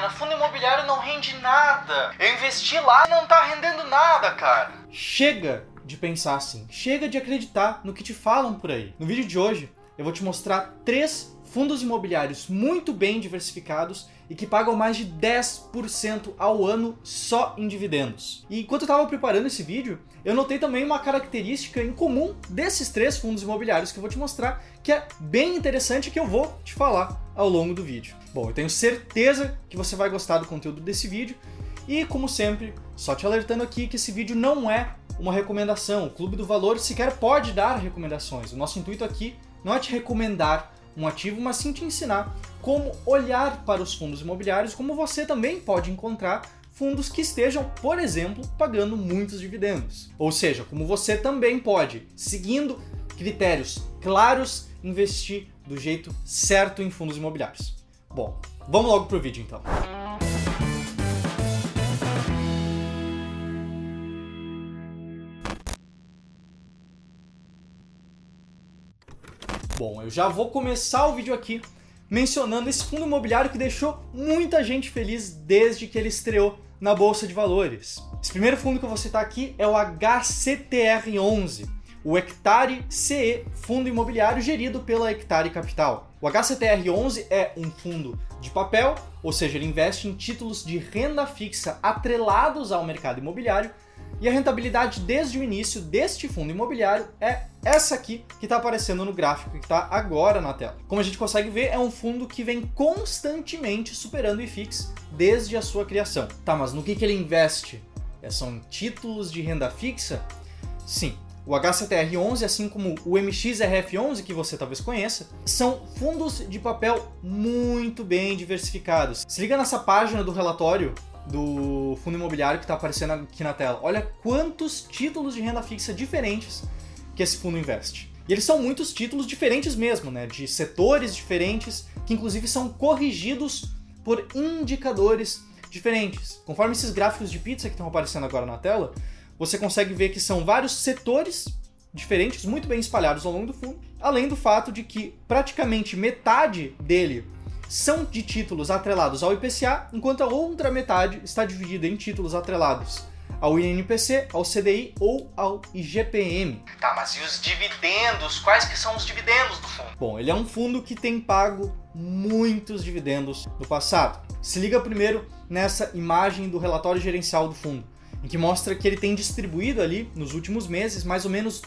Ana, fundo imobiliário não rende nada. Eu investi lá e não tá rendendo nada, cara. Chega de pensar assim. Chega de acreditar no que te falam por aí. No vídeo de hoje, eu vou te mostrar 3 fundos imobiliários muito bem diversificados e que pagam mais de 10% ao ano só em dividendos. E enquanto eu estava preparando esse vídeo, eu notei também uma característica em comum desses 3 fundos imobiliários que eu vou te mostrar, que é bem interessante e que eu vou te falar ao longo do vídeo. Bom, eu tenho certeza que você vai gostar do conteúdo desse vídeo e, como sempre, só te alertando aqui que esse vídeo não é uma recomendação. O Clube do Valor sequer pode dar recomendações. O nosso intuito aqui não é te recomendar um ativo, mas sim te ensinar como olhar para os fundos imobiliários, como você também pode encontrar fundos que estejam, por exemplo, pagando muitos dividendos. Ou seja, como você também pode, seguindo critérios claros, investir do jeito certo em fundos imobiliários. Bom, vamos logo para o vídeo então. Bom, eu já vou começar o vídeo aqui mencionando esse fundo imobiliário que deixou muita gente feliz desde que ele estreou na Bolsa de Valores. Esse primeiro fundo que eu vou citar aqui é o HCTR11, o Hectare CE Fundo Imobiliário gerido pela Hectare Capital. O HCTR11 é um fundo de papel, ou seja, ele investe em títulos de renda fixa atrelados ao mercado imobiliário, e a rentabilidade desde o início deste fundo imobiliário é essa aqui que está aparecendo no gráfico que está agora na tela. Como a gente consegue ver, é um fundo que vem constantemente superando o IFIX desde a sua criação. Tá, mas no que ele investe? São títulos de renda fixa? Sim. O HCTR11, assim como o MXRF11, que você talvez conheça, são fundos de papel muito bem diversificados. Se liga nessa página do relatório do fundo imobiliário que está aparecendo aqui na tela. Olha quantos títulos de renda fixa diferentes que esse fundo investe. E eles são muitos títulos diferentes mesmo, né? De setores diferentes, que inclusive são corrigidos por indicadores diferentes. Conforme esses gráficos de pizza que estão aparecendo agora na tela, você consegue ver que são vários setores diferentes, muito bem espalhados ao longo do fundo, além do fato de que praticamente metade dele são de títulos atrelados ao IPCA, enquanto a outra metade está dividida em títulos atrelados ao INPC, ao CDI ou ao IGPM. Tá, mas e os dividendos? Quais que são os dividendos do fundo? Bom, ele é um fundo que tem pago muitos dividendos no passado. Se liga primeiro nessa imagem do relatório gerencial do fundo, em que mostra que ele tem distribuído ali, nos últimos meses, mais ou menos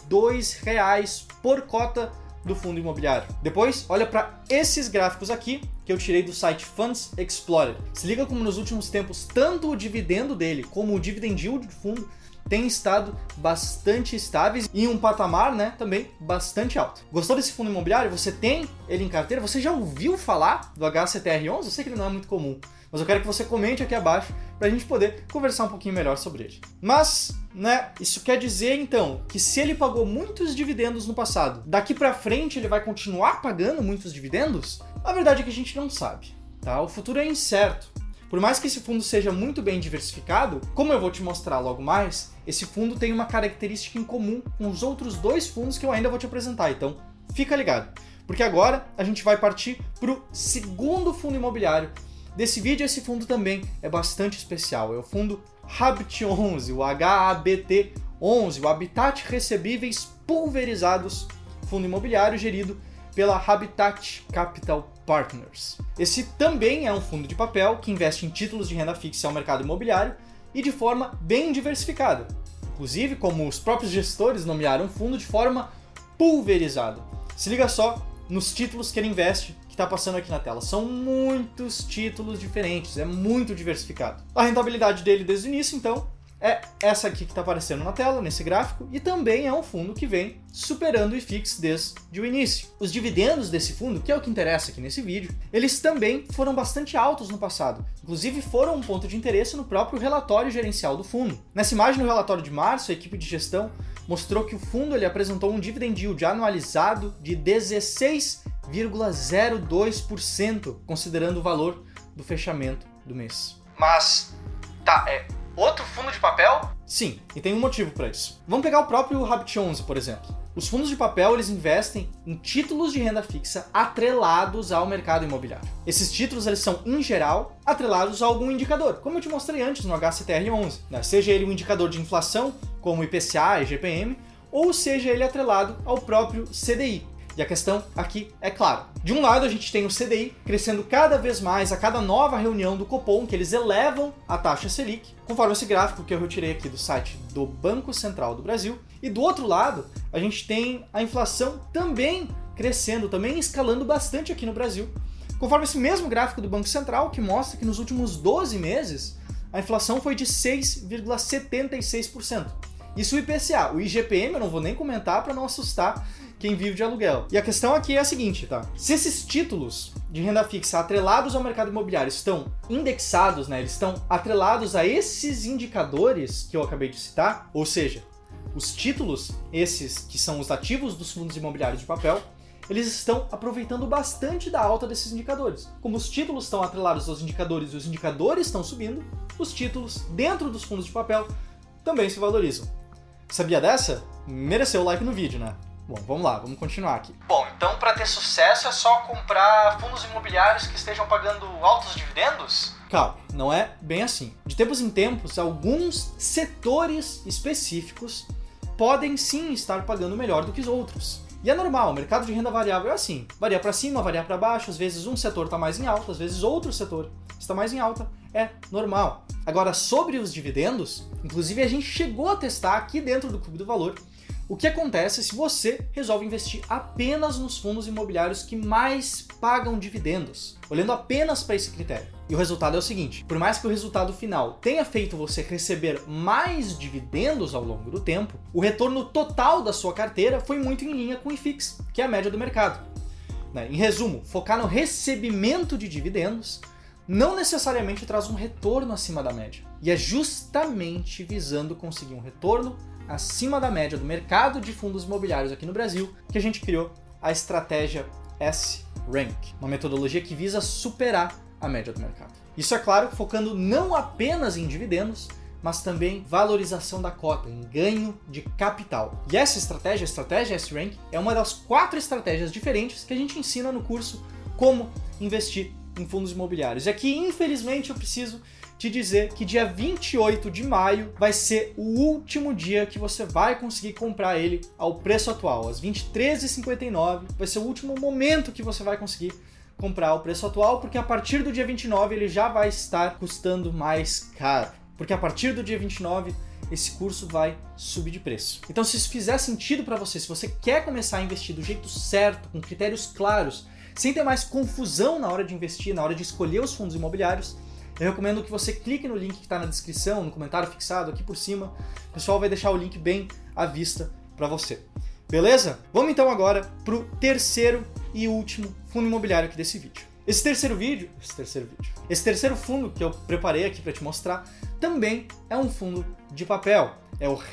R$2 por cota do fundo imobiliário. Depois, olha para esses gráficos aqui, que eu tirei do site Funds Explorer. Se liga como nos últimos tempos, tanto o dividendo dele, como o dividend yield do fundo, têm estado bastante estáveis e em um patamar, né, também bastante alto. Gostou desse fundo imobiliário? Você tem ele em carteira? Você já ouviu falar do HCTR11? Eu sei que ele não é muito comum, mas eu quero que você comente aqui abaixo para a gente poder conversar um pouquinho melhor sobre ele. Mas, né, isso quer dizer então que se ele pagou muitos dividendos no passado, daqui para frente ele vai continuar pagando muitos dividendos? A verdade é que a gente não sabe, tá? O futuro é incerto. Por mais que esse fundo seja muito bem diversificado, como eu vou te mostrar logo mais, esse fundo tem uma característica em comum com os outros 2 fundos que eu ainda vou te apresentar, então fica ligado. Porque agora a gente vai partir para o segundo fundo imobiliário desse vídeo. Esse fundo também é bastante especial, é o fundo HABT11, o HABT11, o Habitat Recebíveis Pulverizados, fundo imobiliário gerido pela Habitat Capital Partners. Esse também é um fundo de papel que investe em títulos de renda fixa ao mercado imobiliário e de forma bem diversificada. Inclusive, como os próprios gestores nomearam o fundo, de forma pulverizada. Se liga só nos títulos que ele investe, que está passando aqui na tela. São muitos títulos diferentes, é muito diversificado. A rentabilidade dele desde o início, então, é essa aqui que está aparecendo na tela, nesse gráfico, e também é um fundo que vem superando o IFIX desde o início. Os dividendos desse fundo, que é o que interessa aqui nesse vídeo, eles também foram bastante altos no passado. Inclusive foram um ponto de interesse no próprio relatório gerencial do fundo. Nessa imagem no relatório de março, a equipe de gestão mostrou que o fundo ele apresentou um dividend yield anualizado de 16,02%, considerando o valor do fechamento do mês. Mas, tá, outro fundo de papel? Sim, e tem um motivo para isso. Vamos pegar o próprio HABT11, por exemplo. Os fundos de papel, eles investem em títulos de renda fixa atrelados ao mercado imobiliário. Esses títulos, eles são, em geral, atrelados a algum indicador, como eu te mostrei antes no HCTR11, né? Seja ele um indicador de inflação, como IPCA e GPM, ou seja ele atrelado ao próprio CDI. E a questão aqui é clara. De um lado, a gente tem o CDI crescendo cada vez mais a cada nova reunião do Copom, que eles elevam a taxa Selic, conforme esse gráfico que eu retirei aqui do site do Banco Central do Brasil. E do outro lado, a gente tem a inflação também crescendo, também escalando bastante aqui no Brasil, conforme esse mesmo gráfico do Banco Central, que mostra que nos últimos 12 meses, a inflação foi de 6,76%. Isso o IPCA. O IGPM eu não vou nem comentar para não assustar quem vive de aluguel. E a questão aqui é a seguinte, tá? Se esses títulos de renda fixa atrelados ao mercado imobiliário estão indexados, né? Eles estão atrelados a esses indicadores que eu acabei de citar, ou seja, os títulos, esses que são os ativos dos fundos imobiliários de papel, eles estão aproveitando bastante da alta desses indicadores. Como os títulos estão atrelados aos indicadores e os indicadores estão subindo, os títulos dentro dos fundos de papel também se valorizam. Sabia dessa? Mereceu o like no vídeo, né? Bom, vamos lá, vamos continuar aqui. Bom, então para ter sucesso é só comprar fundos imobiliários que estejam pagando altos dividendos? Calma, não é bem assim. De tempos em tempos, alguns setores específicos podem sim estar pagando melhor do que os outros. E é normal, o mercado de renda variável é assim. Varia para cima, varia para baixo, às vezes um setor está mais em alta, às vezes outro setor está mais em alta. É normal. Agora, sobre os dividendos, inclusive a gente chegou a testar aqui dentro do Clube do Valor o que acontece se você resolve investir apenas nos fundos imobiliários que mais pagam dividendos, olhando apenas para esse critério. E o resultado é o seguinte: por mais que o resultado final tenha feito você receber mais dividendos ao longo do tempo, o retorno total da sua carteira foi muito em linha com o IFIX, que é a média do mercado. Em resumo, focar no recebimento de dividendos não necessariamente traz um retorno acima da média. E é justamente visando conseguir um retorno acima da média do mercado de fundos imobiliários aqui no Brasil que a gente criou a estratégia S-Rank, uma metodologia que visa superar a média do mercado. Isso, é claro, focando não apenas em dividendos, mas também valorização da cota, em ganho de capital. E essa estratégia, a estratégia S-Rank, é uma das 4 estratégias diferentes que a gente ensina no curso Como Investir em Fundos Imobiliários. E aqui, infelizmente, eu preciso te dizer que dia 28 de maio vai ser o último dia que você vai conseguir comprar ele ao preço atual. Às 23h59 vai ser o último momento que você vai conseguir comprar o preço atual, porque a partir do dia 29 ele já vai estar custando mais caro. Porque a partir do dia 29 esse curso vai subir de preço. Então, se isso fizer sentido para você, se você quer começar a investir do jeito certo, com critérios claros, sem ter mais confusão na hora de investir, na hora de escolher os fundos imobiliários, eu recomendo que você clique no link que está na descrição, no comentário fixado aqui por cima. O pessoal vai deixar o link bem à vista para você. Beleza? Vamos então agora para o terceiro e último fundo imobiliário aqui desse vídeo. Esse terceiro fundo que eu preparei aqui para te mostrar também é um fundo de papel. É o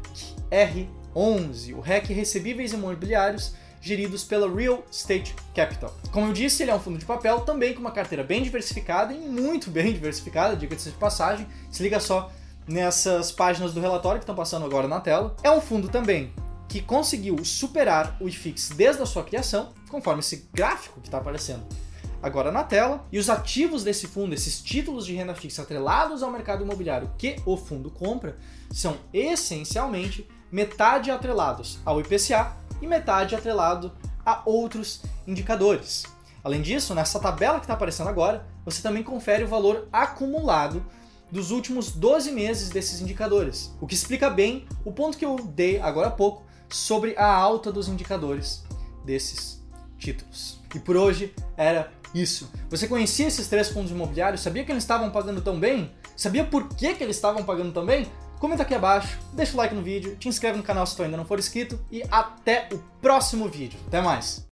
REC-R11, o REC Recebíveis Imobiliários, geridos pela Real Estate Capital. Como eu disse, ele é um fundo de papel também com uma carteira bem diversificada e muito bem diversificada, diga-se de passagem. Se liga só nessas páginas do relatório que estão passando agora na tela. É um fundo também que conseguiu superar o IFIX desde a sua criação, conforme esse gráfico que está aparecendo agora na tela. E os ativos desse fundo, esses títulos de renda fixa atrelados ao mercado imobiliário que o fundo compra, são essencialmente metade atrelados ao IPCA e metade atrelado a outros indicadores. Além disso, nessa tabela que está aparecendo agora, você também confere o valor acumulado dos últimos 12 meses desses indicadores, o que explica bem o ponto que eu dei agora há pouco sobre a alta dos indicadores desses títulos. E por hoje era isso. Você conhecia esses 3 fundos imobiliários? Sabia que eles estavam pagando tão bem? Sabia por que eles estavam pagando tão bem? Comenta aqui abaixo, deixa o like no vídeo, te inscreve no canal se tu ainda não for inscrito e até o próximo vídeo. Até mais!